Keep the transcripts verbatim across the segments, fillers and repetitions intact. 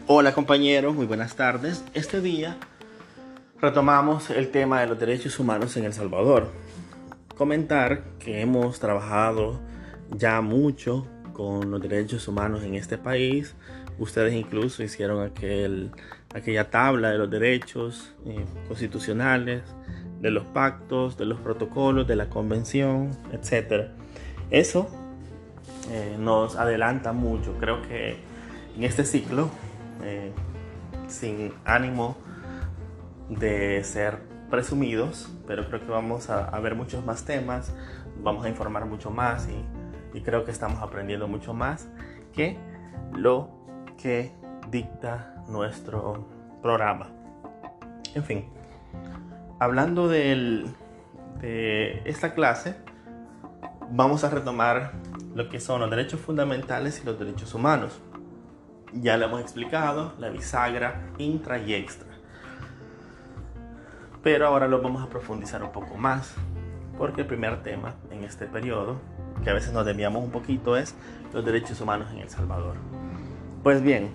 Hola compañeros, muy buenas tardes. Este día retomamos el tema de los derechos humanos en El Salvador. Comentar que hemos trabajado ya mucho con los derechos humanos en este país. Ustedes incluso hicieron aquel, aquella tabla de los derechos eh, constitucionales, de los pactos, de los protocolos, de la convención, etcétera. Eso eh, nos adelanta mucho. Creo que en este ciclo, eh, sin ánimo de ser presumidos, pero creo que vamos a, a ver muchos más temas, vamos a informar mucho más y, y creo que estamos aprendiendo mucho más que lo que dicta nuestro programa. En fin, hablando del, de esta clase, vamos a retomar lo que son los derechos fundamentales y los derechos humanos. Ya lo hemos explicado, la bisagra intra y extra. Pero ahora lo vamos a profundizar un poco más, porque el primer tema en este periodo, que a veces nos desviamos un poquito, es los derechos humanos en El Salvador. Pues bien,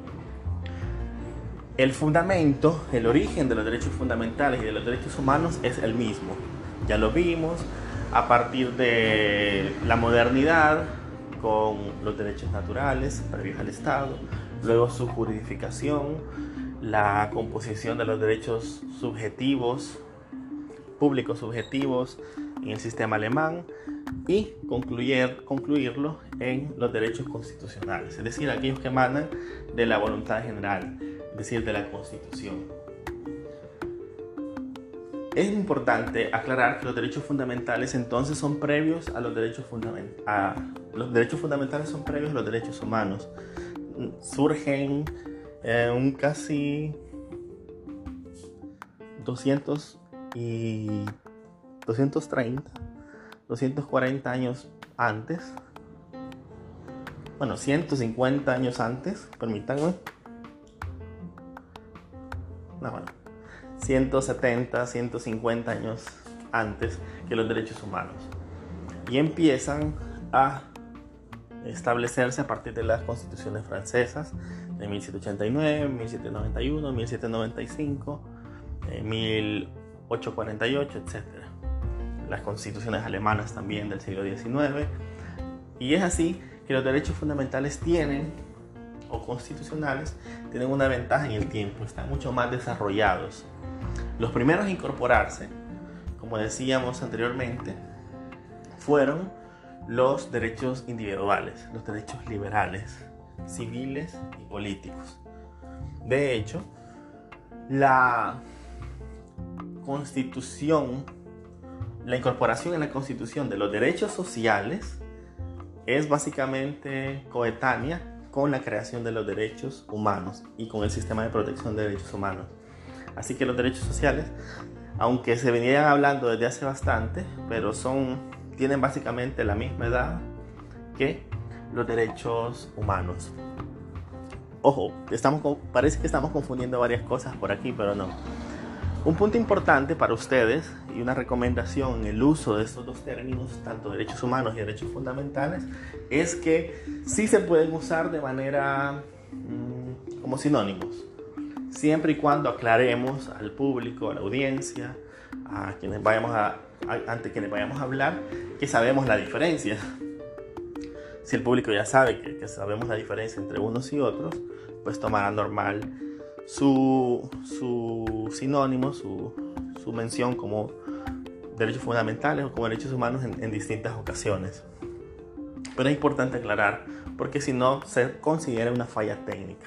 el fundamento, el origen de los derechos fundamentales y de los derechos humanos es el mismo. Ya lo vimos a partir de la modernidad, con los derechos naturales previos al Estado, luego su juridificación, la composición de los derechos subjetivos, públicos subjetivos en el sistema alemán y concluir, concluirlo en los derechos constitucionales, es decir, aquellos que emanan de la voluntad general, es decir, de la Constitución. Es importante aclarar que los derechos fundamentales entonces son previos a los derechos fundamentales. Los derechos fundamentales son previos a los derechos humanos. Surgen eh, un casi doscientos y doscientos treinta, doscientos cuarenta años antes. Bueno, ciento cincuenta años antes, permítanme. No, bueno. ciento setenta, ciento cincuenta años antes que los derechos humanos. Y empiezan a establecerse a partir de las constituciones francesas de mil setecientos ochenta y nueve, mil setecientos noventa y uno, mil setecientos noventa y cinco, eh, mil ochocientos cuarenta y ocho, etcétera. Las constituciones alemanas también del siglo diecinueve. Y es así que los derechos fundamentales tienen, o constitucionales, tienen una ventaja en el tiempo, están mucho más desarrollados. Los primeros a incorporarse, como decíamos anteriormente, fueron los derechos individuales, los derechos liberales, civiles y políticos. De hecho, la Constitución, la incorporación en la Constitución de los derechos sociales es básicamente coetánea con la creación de los derechos humanos y con el sistema de protección de derechos humanos. Así que los derechos sociales, aunque se venían hablando desde hace bastante, pero son, tienen básicamente la misma edad que los derechos humanos. Ojo, estamos, parece que estamos confundiendo varias cosas por aquí, pero no. Un punto importante para ustedes y una recomendación en el uso de estos dos términos, tanto derechos humanos y derechos fundamentales, es que sí se pueden usar de manera mmm, como sinónimos, siempre y cuando aclaremos al público, a la audiencia, a quienes vayamos a, a, ante quienes vayamos a hablar, que sabemos la diferencia. Si el público ya sabe que, que sabemos la diferencia entre unos y otros, pues tomará normal su, su sinónimo, su, su mención como derechos fundamentales o como derechos humanos en, en distintas ocasiones. Pero es importante aclarar, porque si no se considera una falla técnica.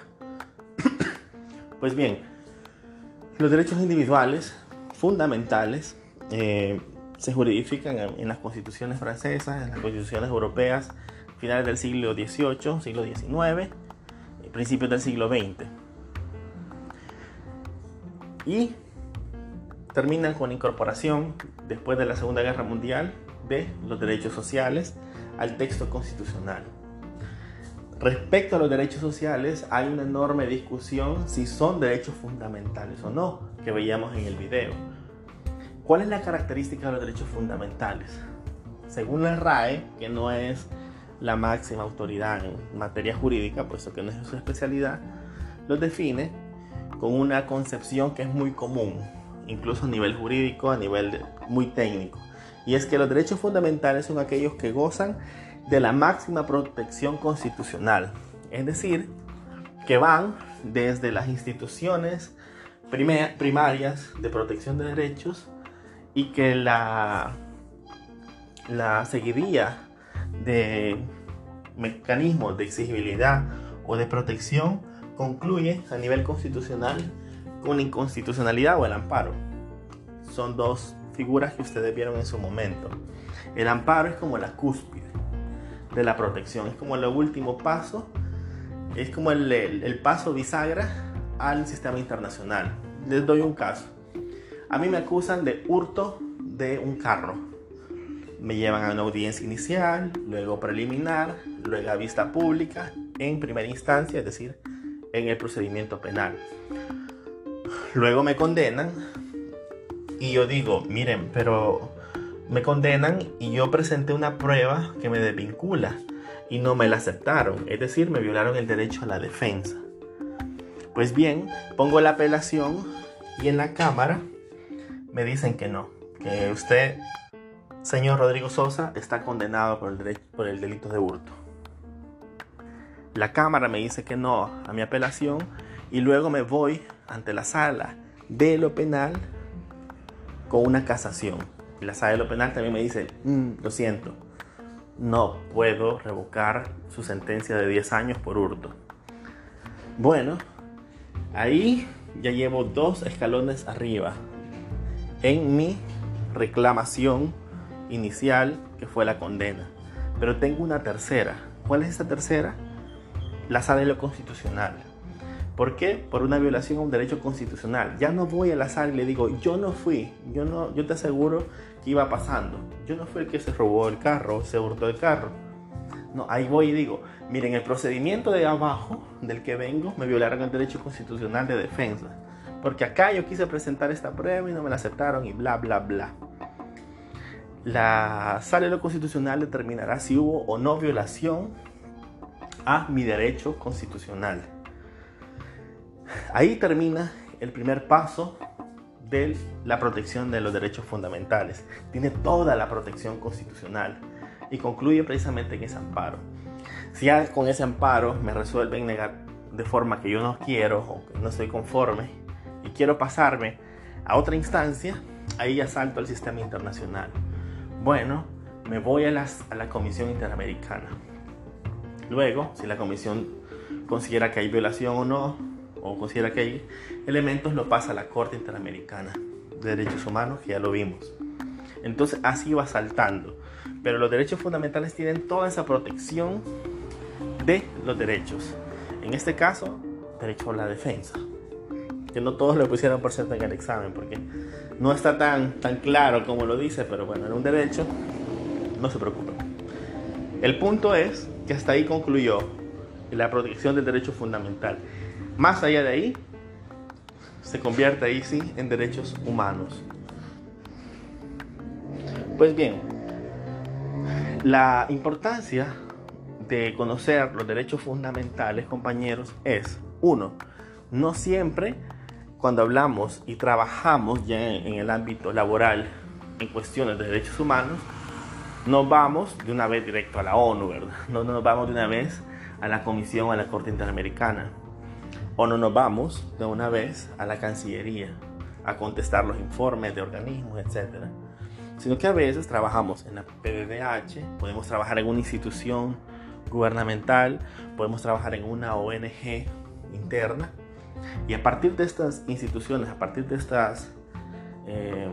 Pues bien, los derechos individuales fundamentales eh, se juridifican en, en las constituciones francesas, en las constituciones europeas, finales del siglo dieciocho, siglo diecinueve, principios del siglo veinte. Y terminan con la incorporación, después de la Segunda Guerra Mundial, de los derechos sociales al texto constitucional. Respecto a los derechos sociales, hay una enorme discusión si son derechos fundamentales o no, que veíamos en el video. ¿Cuál es la característica de los derechos fundamentales? Según la R A E, que no es la máxima autoridad en materia jurídica, puesto que no es su especialidad, los define con una concepción que es muy común, incluso a nivel jurídico, a nivel de, muy técnico. Y es que los derechos fundamentales son aquellos que gozan de la máxima protección constitucional. Es decir, que van desde las instituciones primarias de protección de derechos y que la, la seguidilla de mecanismos de exigibilidad o de protección concluye a nivel constitucional con la inconstitucionalidad o el amparo. Son dos figuras que ustedes vieron en su momento. El amparo es como la cúspide de la protección, es como el último paso, es como el, el, el paso bisagra al sistema internacional. Les doy un caso. A mí me acusan de hurto de un carro. Me llevan a una audiencia inicial, luego preliminar, luego a vista pública, en primera instancia, es decir, en el procedimiento penal. Luego me condenan y yo digo, miren, pero me condenan y yo presenté una prueba que me desvincula y no me la aceptaron, es decir, me violaron el derecho a la defensa. Pues bien, pongo la apelación y en la Cámara me dicen que no, que usted, señor Rodrigo Sosa, está condenado por el, derecho, por el delito de hurto. La Cámara me dice que no a mi apelación y luego me voy ante la sala de lo penal con una casación. Y la sala de lo penal también me dice, mm, lo siento, no puedo revocar su sentencia de diez años por hurto. Bueno, ahí ya llevo dos escalones arriba en mi reclamación inicial, que fue la condena. Pero tengo una tercera. ¿Cuál es esa tercera? La sala de lo constitucional. ¿Por qué? Por una violación a un derecho constitucional. Ya no voy a la sala y le digo, yo no fui, yo, no, yo te aseguro que iba pasando. Yo no fui el que se robó el carro, se hurtó el carro. No, ahí voy y digo, miren, el procedimiento de abajo del que vengo me violaron el derecho constitucional de defensa. Porque acá yo quise presentar esta prueba y no me la aceptaron y bla, bla, bla. La sala de lo constitucional determinará si hubo o no violación a mi derecho constitucional. Ahí termina el primer paso de la protección de los derechos fundamentales. Tiene toda la protección constitucional y concluye precisamente en ese amparo. Si ya con ese amparo me resuelven negar de forma que yo no quiero o que no estoy conforme y quiero pasarme a otra instancia, ahí ya salto al sistema internacional. Bueno, me voy a, las, a la Comisión Interamericana. Luego, si la Comisión considera que hay violación o no, o considera que hay elementos, lo pasa a la Corte Interamericana de Derechos Humanos, que ya lo vimos. Entonces así va saltando. Pero los derechos fundamentales tienen toda esa protección de los derechos. En este caso, derecho a la defensa. Que no todos lo pusieron por cierto en el examen, porque no está tan, tan claro como lo dice, pero bueno, en un derecho, no se preocupen. El punto es que hasta ahí concluyó la protección del derecho fundamental. Más allá de ahí, se convierte ahí sí en derechos humanos. Pues bien, la importancia de conocer los derechos fundamentales, compañeros, es, uno, no siempre cuando hablamos y trabajamos ya en el ámbito laboral en cuestiones de derechos humanos, no vamos de una vez directo a la ONU, ¿verdad? No nos vamos de una vez a la Comisión, a la Corte Interamericana. O no nos vamos de una vez a la Cancillería a contestar los informes de organismos, etcétera. Sino que a veces trabajamos en la P D D H, podemos trabajar en una institución gubernamental, podemos trabajar en una O N G interna. Y a partir de estas instituciones, a partir de estas eh,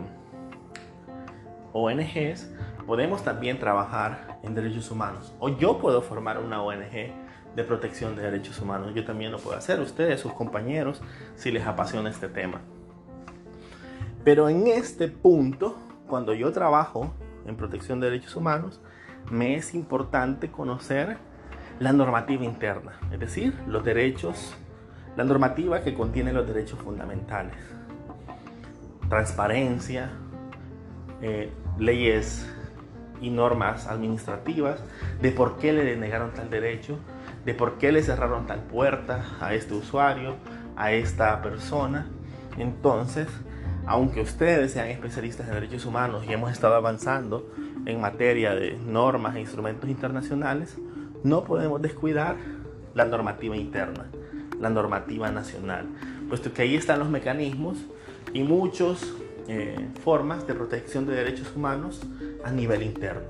O N Ges, podemos también trabajar en derechos humanos. O yo puedo formar una O N G de protección de derechos humanos. Yo también lo puedo hacer, ustedes, sus compañeros, si les apasiona este tema. Pero en este punto, cuando yo trabajo en protección de derechos humanos, me es importante conocer la normativa interna, es decir, los derechos, la normativa que contiene los derechos fundamentales. Transparencia, eh, leyes y normas administrativas de por qué le denegaron tal derecho, de por qué le cerraron tal puerta a este usuario, a esta persona. Entonces, aunque ustedes sean especialistas en derechos humanos y hemos estado avanzando en materia de normas e instrumentos internacionales, no podemos descuidar la normativa interna, la normativa nacional, puesto que ahí están los mecanismos y muchas eh, formas de protección de derechos humanos a nivel interno.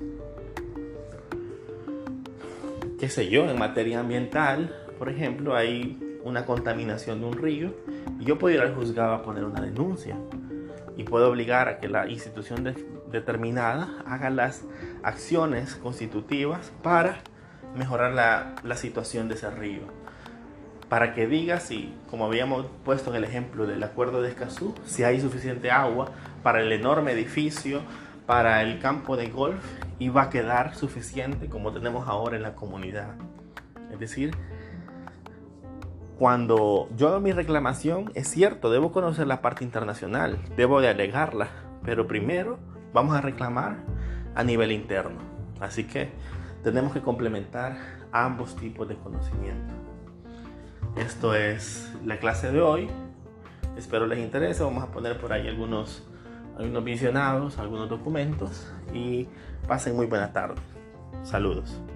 Qué sé yo, en materia ambiental, por ejemplo, hay una contaminación de un río y yo puedo ir al juzgado a poner una denuncia y puedo obligar a que la institución de, determinada haga las acciones constitutivas para mejorar la, la situación de ese río, para que diga si, como habíamos puesto en el ejemplo del acuerdo de Escazú, si hay suficiente agua para el enorme edificio, para el campo de golf, y va a quedar suficiente como tenemos ahora en la comunidad. Es decir, cuando yo hago mi reclamación, es cierto, debo conocer la parte internacional, debo de alegarla, pero primero vamos a reclamar a nivel interno. Así que tenemos que complementar ambos tipos de conocimiento. Esto es la clase de hoy. Espero les interese. Vamos a poner por ahí algunos, algunos visionados, algunos documentos, y pasen muy buena tarde. Saludos.